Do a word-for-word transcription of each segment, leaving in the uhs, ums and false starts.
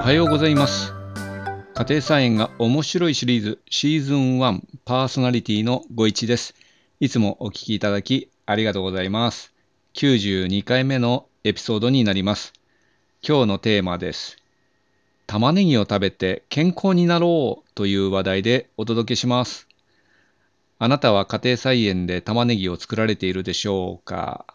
はようございます。家庭菜園が面白いシリーズシーズンワンパーソナリティのごいちです。いつもお聞きいただきありがとうございます。きゅうじゅうにかいめのエピソードになります。今日のテーマです。玉ねぎを食べて健康になろうという話題でお届けします。あなたは家庭菜園で玉ねぎを作られているでしょうか？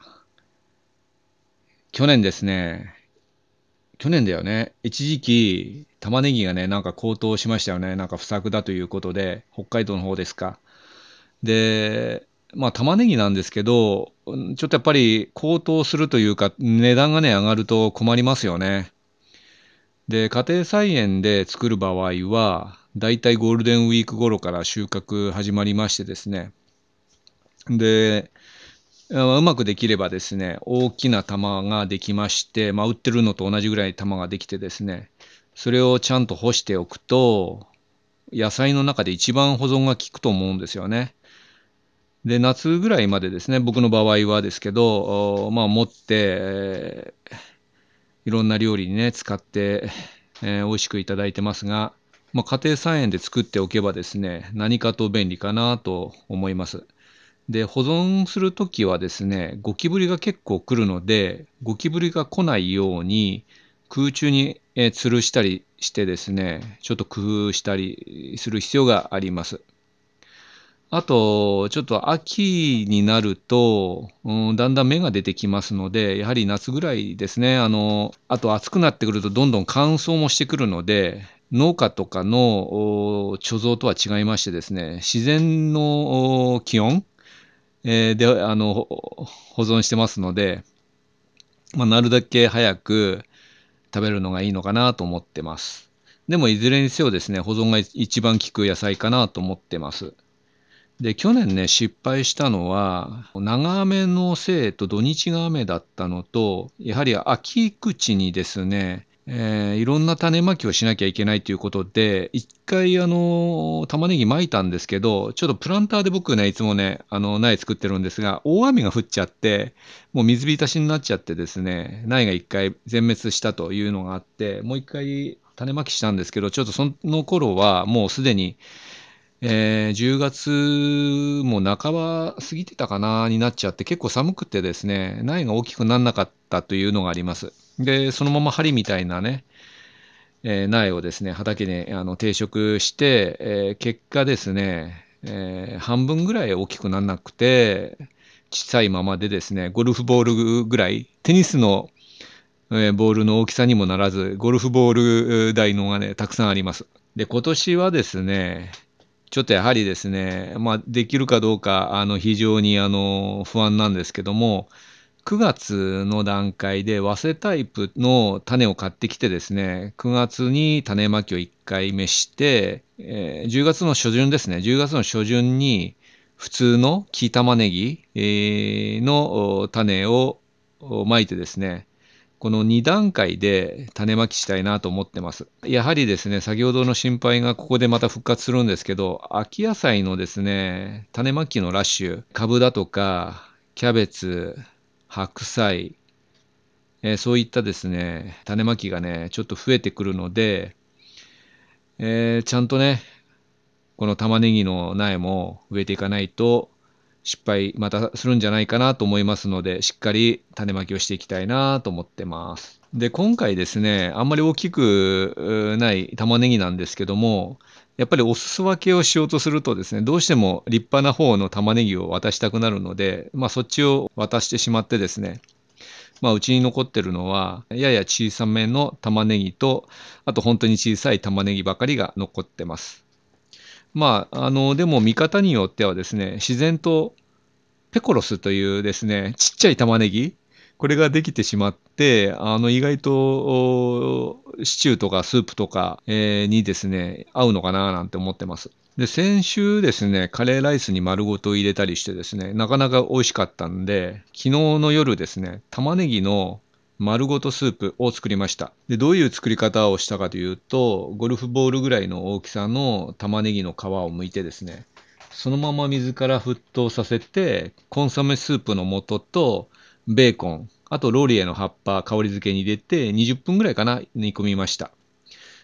去年ですね、去年だよね。一時期、玉ねぎがね、なんか高騰しましたよね。なんか不作だということで、北海道の方ですか。で、まあ玉ねぎなんですけど、うんちょっとやっぱり高騰するというか、値段がね、上がると困りますよね。で、家庭菜園で作る場合は、だいたいゴールデンウィーク頃から収穫始まりましてですね。で、あうまくできればですね、大きな玉ができまして、まあ、売ってるのと同じぐらい玉ができてですね、それをちゃんと干しておくと、野菜の中で一番保存が効くと思うんですよね。で、夏ぐらいまでですね、僕の場合はですけど、おまあ、持って、えーいろんな料理にね、使って、えー美味しくいただいてますが、まあ、家庭菜園で作っておけばですね、何かと便利かなと思います。で、保存するときはですね、ゴキブリが結構来るので、ゴキブリが来ないように空中にえー吊るしたりしてですね、ちょっと工夫したりする必要があります。あと、ちょっと秋になると、うん、だんだん芽が出てきますので、やはり夏ぐらいですね、あの、あと暑くなってくるとどんどん乾燥もしてくるので、農家とかのお貯蔵とは違いましてですね、自然のお気温えーで、あの、ほ保存してますので、まあ、なるだけ早く食べるのがいいのかなと思ってます。でも、いずれにせよですね、保存が一番効く野菜かなと思ってます。で、去年ね、失敗したのは、長雨のせいと土日が雨だったのと、やはり秋口にですね、えーいろんな種まきをしなきゃいけないということで、一回、あの、玉ねぎまいたんですけど、ちょっとプランターで僕ね、いつもね、あの、苗作ってるんですが、大雨が降っちゃって、もう水浸しになっちゃってですね、苗が一回全滅したというのがあって、もう一回種まきしたんですけど、ちょっとその頃はもうすでに、えーじゅうがつも半ば過ぎてたかなになっちゃって結構寒くてですね、苗が大きくならなかったというのがあります。で、そのまま針みたいなね、えー苗をですね、畑にあの定食して、えー結果ですね、えー半分ぐらい大きくならなくて、小さいままでですね、ゴルフボールぐらい、テニスの、えーボールの大きさにもならず、ゴルフボール大のがね、たくさんあります。で、今年はですね、ちょっとやはりですね、まあ、できるかどうか、あの、非常にあの、不安なんですけども、くがつの段階で早生タイプの種を買ってきてですね、くがつに種まきをいっかいめして、えーじゅうがつの初旬ですね、じゅうがつの初旬に普通の黄玉ねぎ、えーのお種をおまいてですね、このに段階で種まきしたいなと思ってます。やはりですね、先ほどの心配がここでまた復活するんですけど、秋野菜のですね、種まきのラッシュ、カブだとか、キャベツ、白菜、えーそういったですね、種まきがね、ちょっと増えてくるので、えーちゃんとね、この玉ねぎの苗も植えていかないと失敗またするんじゃないかなと思いますので、しっかり種まきをしていきたいなと思ってます。で、今回ですね、あんまり大きくうない玉ねぎなんですけども、やっぱりお裾分けをしようとするとですね、どうしても立派な方の玉ねぎを渡したくなるので、まあそっちを渡してしまってですね、まあうちに残ってるのは、やや小さめの玉ねぎと、あと本当に小さい玉ねぎばかりが残ってます。まあ、あの、でも見方によってはですね、自然とペコロスというですね、ちっちゃい玉ねぎ、これができてしまって、あの、意外と、おシチューとかスープとか、えーにですね、合うのかななんて思ってます。で、先週ですね、カレーライスに丸ごと入れたりしてですね、なかなか美味しかったんで、昨日の夜ですね、玉ねぎの丸ごとスープを作りました。で、どういう作り方をしたかというと、ゴルフボールぐらいの大きさの玉ねぎの皮を剥いてですね、そのまま水から沸騰させて、コンソメスープの素とベーコン、あとローリエの葉っぱ、香り付けに入れてにじゅっぷんぐらいかな、煮込みました。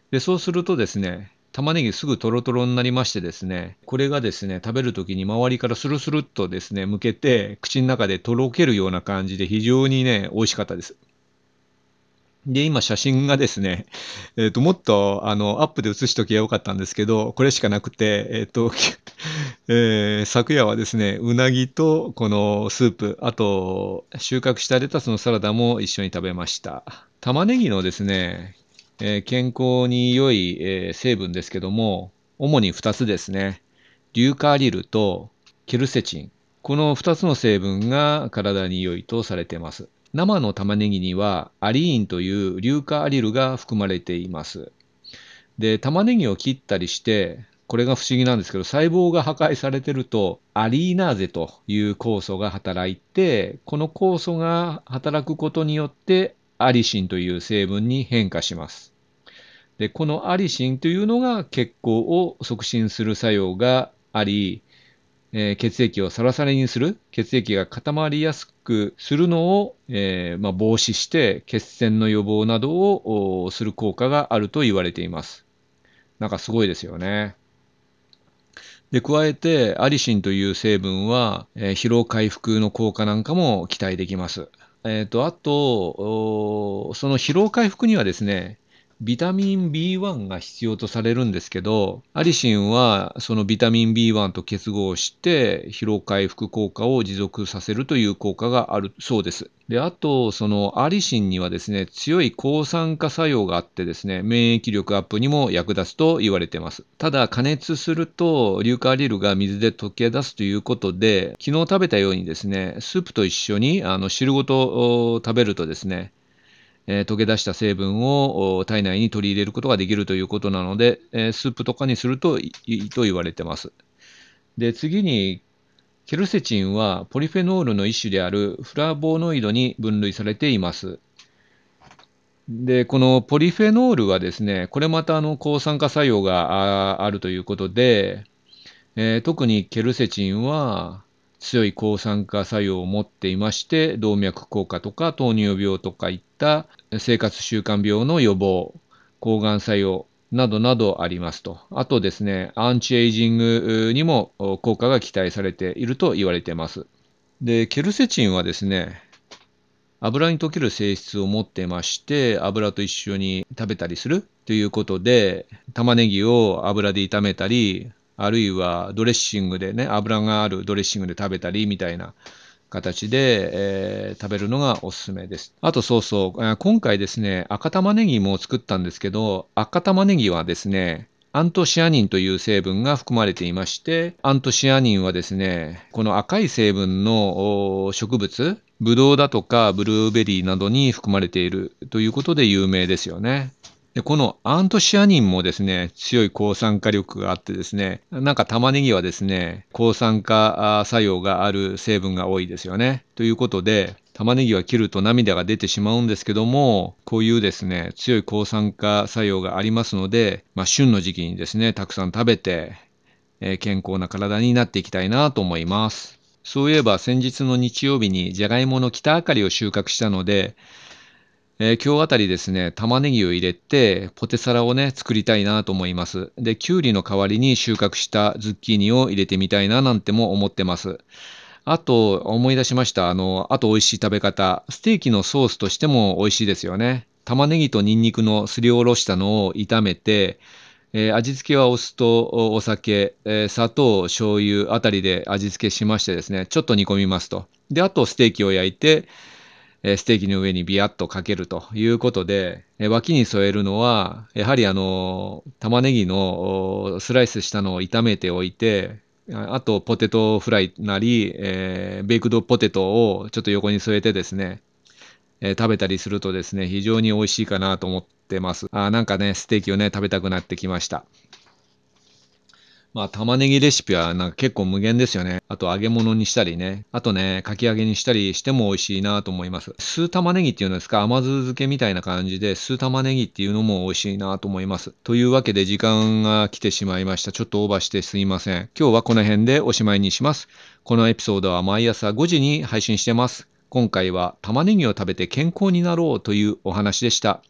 で、そうするとですね、玉ねぎすぐトロトロになりましてですね、これがですね、食べるときに周りからスルスルっとですね、剥けて、口の中でとろけるような感じで非常にね、美味しかったです。で、今写真がですね、えっと、もっと、あの、アップで写しときゃよかったんですけど、これしかなくて、えっと、えー昨夜はですね、うなぎとこのスープ、あと、収穫したレタスのサラダも一緒に食べました。玉ねぎのですね、えー健康に良い、えー成分ですけども、主にふたつですね。硫化リルとケルセチン。このふたつの成分が体に良いとされています。生の玉ねぎにはアリーンという硫化アリルが含まれています。で、玉ねぎを切ったりして、これが不思議なんですけど、細胞が破壊されてると、アリーナーゼという酵素が働いて、この酵素が働くことによって、アリシンという成分に変化します。で、このアリシンというのが血行を促進する作用があり、えー血液をサラサラにする、血液が固まりやすくするのを、えーまあ、防止して、血栓の予防などをする効果があると言われています。なんかすごいですよね。で、加えて、アリシンという成分は、えー疲労回復の効果なんかも期待できます。えっと、あと、その疲労回復にはですね、ビタミン ビーワン が必要とされるんですけど、アリシンはそのビタミン ビーワン と結合して疲労回復効果を持続させるという効果があるそうです。で、あと、そのアリシンにはですね、強い抗酸化作用があってですね、免疫力アップにも役立つと言われています。ただ、加熱すると硫化アリルが水で溶け出すということで、昨日食べたようにですね、スープと一緒にあの汁ごと食べるとですね、えー溶け出した成分を体内に取り入れることができるということなので、えースープとかにするといいと言われてます。で、次に、ケルセチンはポリフェノールの一種であるフラボノイドに分類されています。で、このポリフェノールはですね、これまたあの抗酸化作用がああるということで、えー特にケルセチンは強い抗酸化作用を持っていまして、動脈硬化とか糖尿病とかいった生活習慣病の予防、抗がん作用などなどありますと。あとですね、アンチエイジングにも効果が期待されていると言われています。で、ケルセチンはですね、油に溶ける性質を持っていまして、油と一緒に食べたりするということで、玉ねぎを油で炒めたり、あるいはドレッシングでね、油があるドレッシングで食べたりみたいな形で、えー食べるのがおすすめです。あとそうそう、あ今回ですね、赤玉ねぎも作ったんですけど、赤玉ねぎはですね、アントシアニンという成分が含まれていまして、アントシアニンはですね、この赤い成分のお植物、ブドウだとかブルーベリーなどに含まれているということで有名ですよね。で、このアントシアニンもですね、強い抗酸化力があってですね、なんか玉ねぎはですね、抗酸化あ作用がある成分が多いですよね。ということで、玉ねぎは切ると涙が出てしまうんですけども、こういうですね、強い抗酸化作用がありますので、まあ、旬の時期にですね、たくさん食べて、えー健康な体になっていきたいなと思います。そういえば先日の日曜日にじゃがいもの北あかりを収穫したので、えー今日あたりですね、玉ねぎを入れて、ポテサラをね、作りたいなと思います。で、きゅうりの代わりに収穫したズッキーニを入れてみたいななんても思ってます。あと、思い出しました。あの、あと美味しい食べ方。ステーキのソースとしても美味しいですよね。玉ねぎとニンニクのすりおろしたのを炒めて、えー味付けはお酢とおお酒、えー砂糖、醤油あたりで味付けしましてですね、ちょっと煮込みますと。で、あとステーキを焼いて、えーステーキの上にビヤッとかけるということで、えー脇に添えるのは、やはりあの、玉ねぎのおスライスしたのを炒めておいて、ああとポテトフライなり、えーベイクドポテトをちょっと横に添えてですね、えー食べたりするとですね、非常に美味しいかなと思ってます。あーなんかね、ステーキをね、食べたくなってきました。まあ、玉ねぎレシピはなんか結構無限ですよね。あと揚げ物にしたりね。あとね、かき揚げにしたりしても美味しいなと思います。酢玉ねぎっていうんですか、甘酢漬けみたいな感じで、酢玉ねぎっていうのも美味しいなと思います。というわけで時間が来てしまいました。ちょっとオーバーしてすいません。今日はこの辺でおしまいにします。このエピソードは毎朝ごじに配信してます。今回は玉ねぎを食べて健康になろうというお話でした。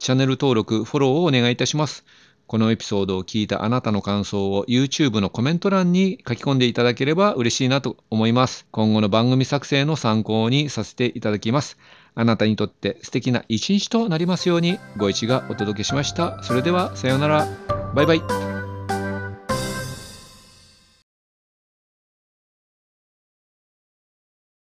チャンネル登録、フォローをお願いいたします。このエピソードを聞いたあなたの感想を YouTube のコメント欄に書き込んでいただければ嬉しいなと思います。今後の番組作成の参考にさせていただきます。あなたにとって素敵な一日となりますように、ご一がお届けしました。それではさようなら。バイバイ。